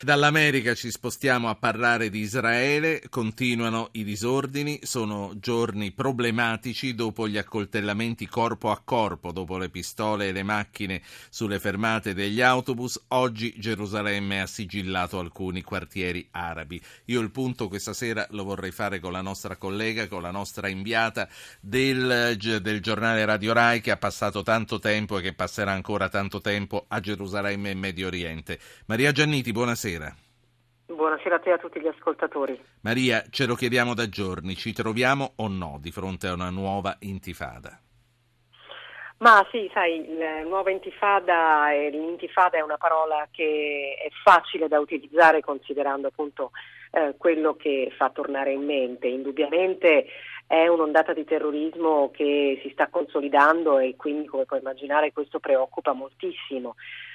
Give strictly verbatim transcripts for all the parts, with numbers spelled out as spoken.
Dall'America ci spostiamo a parlare di Israele. Continuano i disordini, sono giorni problematici dopo gli accoltellamenti corpo a corpo, dopo le pistole e le macchine sulle fermate degli autobus. Oggi Gerusalemme ha sigillato alcuni quartieri arabi. Io il punto questa sera lo vorrei fare con la nostra collega, con la nostra inviata del, del giornale Radio Rai, che ha passato tanto tempo e che passerà ancora tanto tempo a Gerusalemme e Medio Oriente. Maria Gianniti, buonasera. Buonasera a te e a tutti gli ascoltatori. Maria, ce lo chiediamo da giorni, ci troviamo o no di fronte a una nuova intifada? Ma sì, sai, la nuova intifada, e l'intifada è una parola che è facile da utilizzare considerando appunto eh, quello che fa tornare in mente. Indubbiamente è un'ondata di terrorismo che si sta consolidando e quindi, come puoi immaginare, questo preoccupa moltissimo.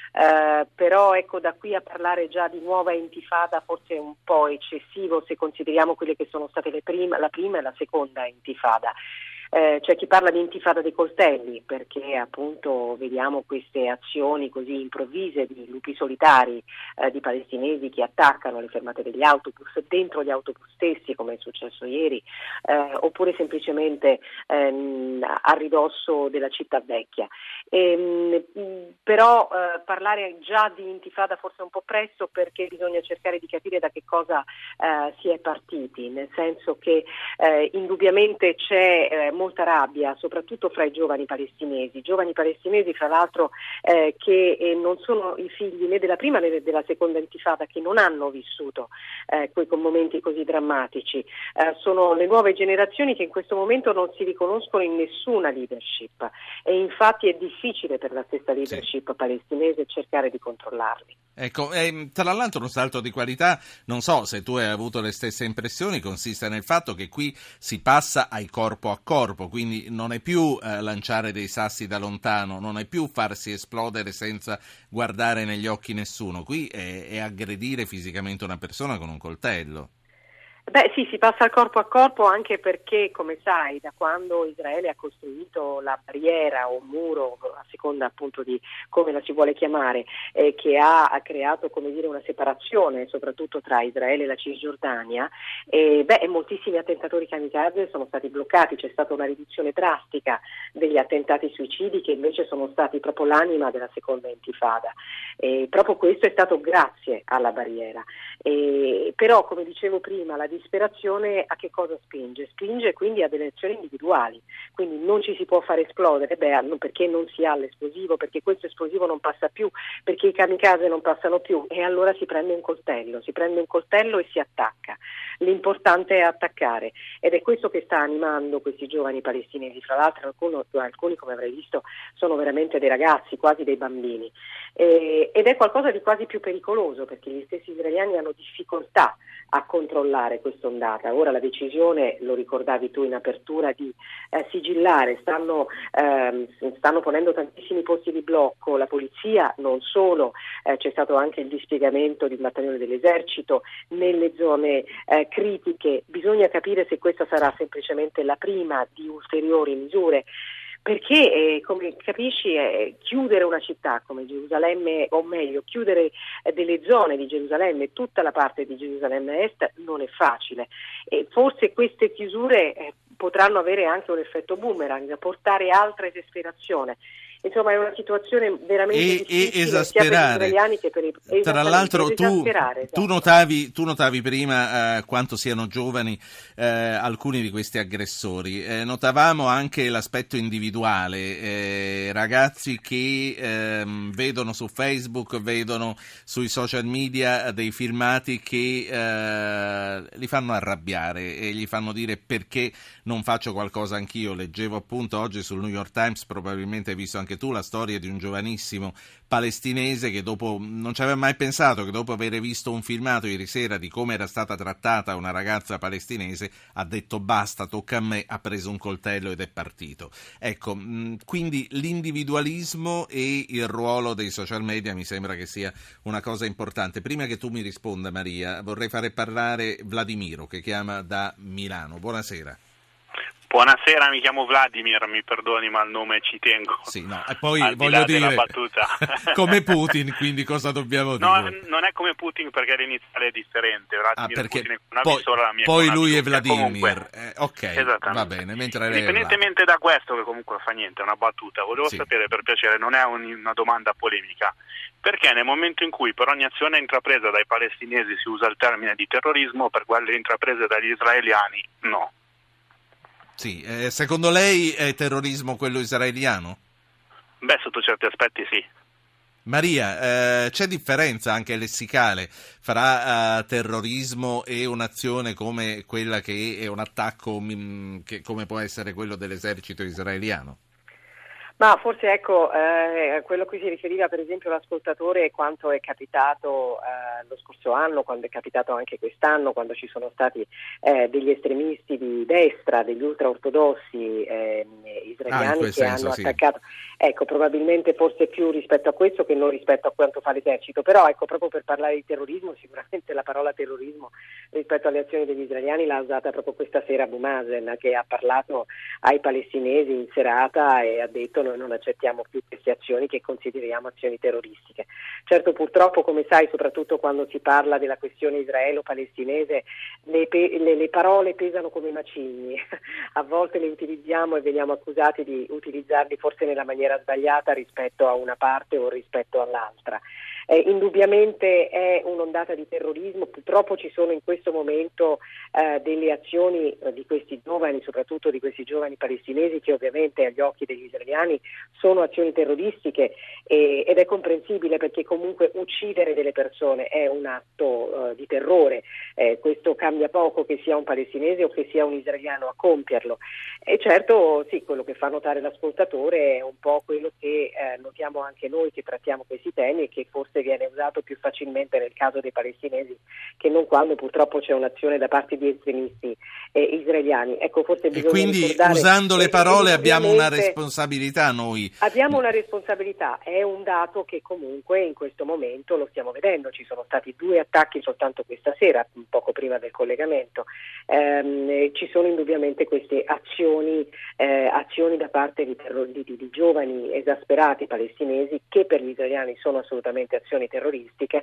Uh, però ecco, da qui a parlare già di nuova intifada forse è un po' eccessivo se consideriamo quelle che sono state le prima, la prima e la seconda intifada. Eh, c'è chi parla di intifada dei coltelli perché appunto vediamo queste azioni così improvvise di lupi solitari, eh, di palestinesi che attaccano le fermate degli autobus, dentro gli autobus stessi, come è successo ieri, eh, oppure semplicemente ehm, a ridosso della città vecchia. E, mh, però eh, parlare già di intifada forse è un po' presto, perché bisogna cercare di capire da che cosa eh, si è partiti, nel senso che eh, indubbiamente c'è eh, molta rabbia, soprattutto fra i giovani palestinesi, giovani palestinesi fra l'altro eh, che eh, non sono i figli né della prima né della seconda intifada, che non hanno vissuto eh, quei momenti così drammatici. Eh, sono le nuove generazioni che in questo momento non si riconoscono in nessuna leadership e infatti è difficile per la stessa leadership sì. palestinese cercare di controllarli. Ecco, eh, tra l'altro uno salto di qualità, non so se tu hai avuto le stesse impressioni, consiste nel fatto che qui si passa ai corpo a corpo, quindi non è più eh, lanciare dei sassi da lontano, non è più farsi esplodere senza guardare negli occhi nessuno, qui è, è aggredire fisicamente una persona con un coltello. Beh sì, si passa al corpo a corpo anche perché, come sai, da quando Israele ha costruito la barriera o muro, a seconda appunto di come la si vuole chiamare, eh, che ha, ha creato, come dire, una separazione soprattutto tra Israele e la Cisgiordania, eh, beh, moltissimi attentatori kamikaze sono stati bloccati, c'è stata una riduzione drastica degli attentati suicidi che invece sono stati proprio l'anima della seconda intifada. E proprio questo è stato grazie alla barriera. E, però, come dicevo prima, la disperazione a che cosa spinge? Spinge quindi a delle azioni individuali, quindi non ci si può fare esplodere, beh, perché non si ha l'esplosivo, perché questo esplosivo non passa più, perché i kamikaze non passano più, e allora si prende un coltello, si prende un coltello e si attacca. L'importante è attaccare ed è questo che sta animando questi giovani palestinesi. Fra l'altro alcuni, alcuni come avrei visto sono veramente dei ragazzi, quasi dei bambini, e, ed è qualcosa di quasi più pericoloso perché gli stessi israeliani hanno difficoltà a controllare questa ondata. Ora la decisione, lo ricordavi tu in apertura, di eh, sigillare, stanno, ehm, stanno ponendo tantissimi posti di blocco, la polizia non solo, eh, c'è stato anche il dispiegamento di un battaglione dell'esercito nelle zone eh, critiche. Bisogna capire se questa sarà semplicemente la prima di ulteriori misure, perché eh, come capisci eh, chiudere una città come Gerusalemme, o meglio chiudere eh, delle zone di Gerusalemme, tutta la parte di Gerusalemme Est, non è facile, e forse queste chiusure eh, potranno avere anche un effetto boomerang, portare altra esasperazione. Insomma, è una situazione veramente e, difficile e esasperare. sia per gli israeliani che per i Tra l'altro tu, esatto. tu notavi tu notavi prima eh, quanto siano giovani eh, alcuni di questi aggressori. Eh, notavamo anche l'aspetto individuale, eh, ragazzi che eh, vedono su Facebook, vedono sui social media dei filmati che eh, li fanno arrabbiare e gli fanno dire: perché non faccio qualcosa anch'io? Leggevo appunto oggi sul New York Times, probabilmente hai visto anche tu, la storia di un giovanissimo palestinese che dopo non ci aveva mai pensato che dopo aver visto un filmato ieri sera di come era stata trattata una ragazza palestinese ha detto basta, tocca a me, ha preso un coltello ed è partito. Ecco, quindi l'individualismo e il ruolo dei social media mi sembra che sia una cosa importante. Prima che tu mi risponda, Maria, vorrei fare parlare Vladimiro che chiama da Milano. Buonasera. Buonasera, mi chiamo Vladimir, mi perdoni ma il nome ci tengo. Sì, no, e poi Al di voglio là dire, della battuta. come Putin, quindi cosa dobbiamo No, dire? non è come Putin perché l'iniziale è differente, Vladimir Ah, perché Putin è una poi, visora, la mia poi è una lui è fiducia. Vladimir, Comunque, eh, ok, esattamente. va bene, mentre lei è Indipendentemente da questo, che comunque fa niente, è una battuta, volevo Sì. sapere per piacere, non è un, una domanda polemica, perché nel momento in cui per ogni azione intrapresa dai palestinesi si usa il termine di terrorismo, per quelle intraprese dagli israeliani no. Sì, eh, secondo lei è terrorismo quello israeliano? Beh, sotto certi aspetti sì. Maria, eh, c'è differenza anche lessicale fra uh, terrorismo e un'azione come quella che è un attacco mh, che, come può essere quello dell'esercito israeliano? Ma forse ecco, eh, quello a cui si riferiva per esempio l'ascoltatore è quanto è capitato eh, lo scorso anno, quando è capitato anche quest'anno, quando ci sono stati eh, degli estremisti di destra, degli ultraortodossi eh, israeliani ah, che senso, hanno sì. attaccato, ecco probabilmente forse più rispetto a questo che non rispetto a quanto fa l'esercito, però ecco proprio per parlare di terrorismo sicuramente la parola terrorismo rispetto alle azioni degli israeliani l'ha usata proprio questa sera Abu Mazen, che ha parlato ai palestinesi in serata e ha detto noi non accettiamo più queste azioni che consideriamo azioni terroristiche. Certo, purtroppo, come sai, soprattutto quando si parla della questione israelo-palestinese, le, pe- le, le parole pesano come macigni, a volte le utilizziamo e veniamo accusati di utilizzarli forse nella maniera sbagliata rispetto a una parte o rispetto all'altra. Eh, indubbiamente è un'ondata di terrorismo, purtroppo ci sono in questo momento eh, delle azioni eh, di questi giovani, soprattutto di questi giovani palestinesi che ovviamente agli occhi degli israeliani sono azioni terroristiche eh, ed è comprensibile perché comunque uccidere delle persone è un atto eh, di terrore, eh, questo cambia poco che sia un palestinese o che sia un israeliano a compierlo e certo sì, quello che fa notare l'ascoltatore è un po' quello che eh, notiamo anche noi che trattiamo questi temi e che forse viene usato più facilmente nel caso dei palestinesi che non quando purtroppo c'è un'azione da parte di estremisti eh, israeliani. Ecco, forse bisogna e quindi ricordare, usando le parole abbiamo una ovviamente, responsabilità noi. Abbiamo una responsabilità, è un dato che comunque in questo momento lo stiamo vedendo, ci sono stati due attacchi soltanto questa sera, poco prima del collegamento, ehm, ci sono indubbiamente queste azioni, eh, azioni da parte di, terror- di, di, di giovani esasperati palestinesi che per gli israeliani sono assolutamente azioni terroristiche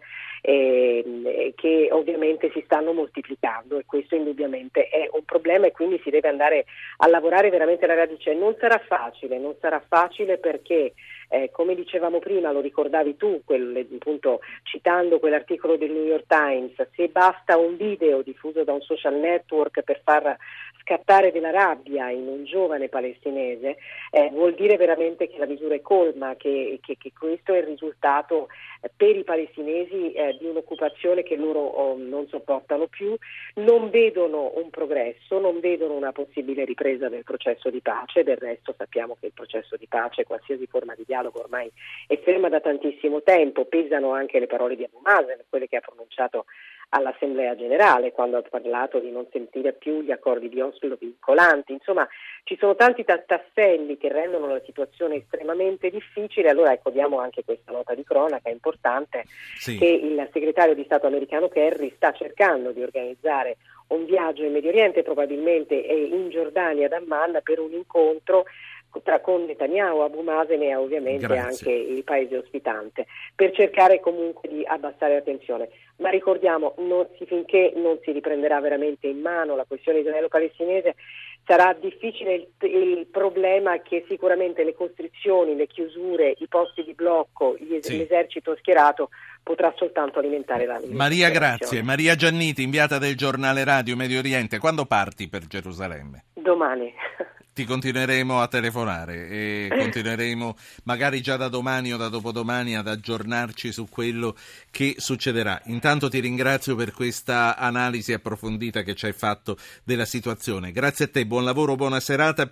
eh, che ovviamente si stanno moltiplicando e questo indubbiamente è un problema e quindi si deve andare a lavorare veramente alla radice. Non sarà facile, non sarà facile perché eh, come dicevamo prima, lo ricordavi tu, quel, appunto, citando quell'articolo del New York Times, se basta un video diffuso da un social network per far scattare della rabbia in un giovane palestinese, eh, vuol dire veramente che la misura è colma, che, che, che questo è il risultato eh, per i palestinesi eh, di un'occupazione che loro oh, non sopportano più, non vedono un progresso, non vedono una possibile ripresa del processo di pace, del resto sappiamo che il processo di pace, qualsiasi forma di dialogo ormai è ferma da tantissimo tempo, pesano anche le parole di Abu Mazen, quelle che ha pronunciato all'Assemblea Generale quando ha parlato di non sentire più gli accordi di Oslo vincolanti, insomma ci sono tanti tasselli che rendono la situazione estremamente difficile, allora ecco diamo anche questa nota di cronaca importante Sì. che il segretario di Stato americano Kerry sta cercando di organizzare un viaggio in Medio Oriente, probabilmente in Giordania ad Amman per un incontro tra con Netanyahu, Abu Mazen e ovviamente Grazie. anche il paese ospitante, per cercare comunque di abbassare la tensione. Ma ricordiamo, non si, finché non si riprenderà veramente in mano la questione israelo-palestinese, sarà difficile il, il problema che sicuramente le costrizioni, le chiusure, i posti di blocco, gli, Sì. l'esercito schierato potrà soltanto alimentare la Maria, grazie. Maria Gianniti, inviata del giornale radio Medio Oriente. Quando parti per Gerusalemme? Domani. Ti continueremo a telefonare e continueremo magari già da domani o da dopodomani ad aggiornarci su quello che succederà. Intanto ti ringrazio per questa analisi approfondita che ci hai fatto della situazione. Grazie a te, buon lavoro, buona serata.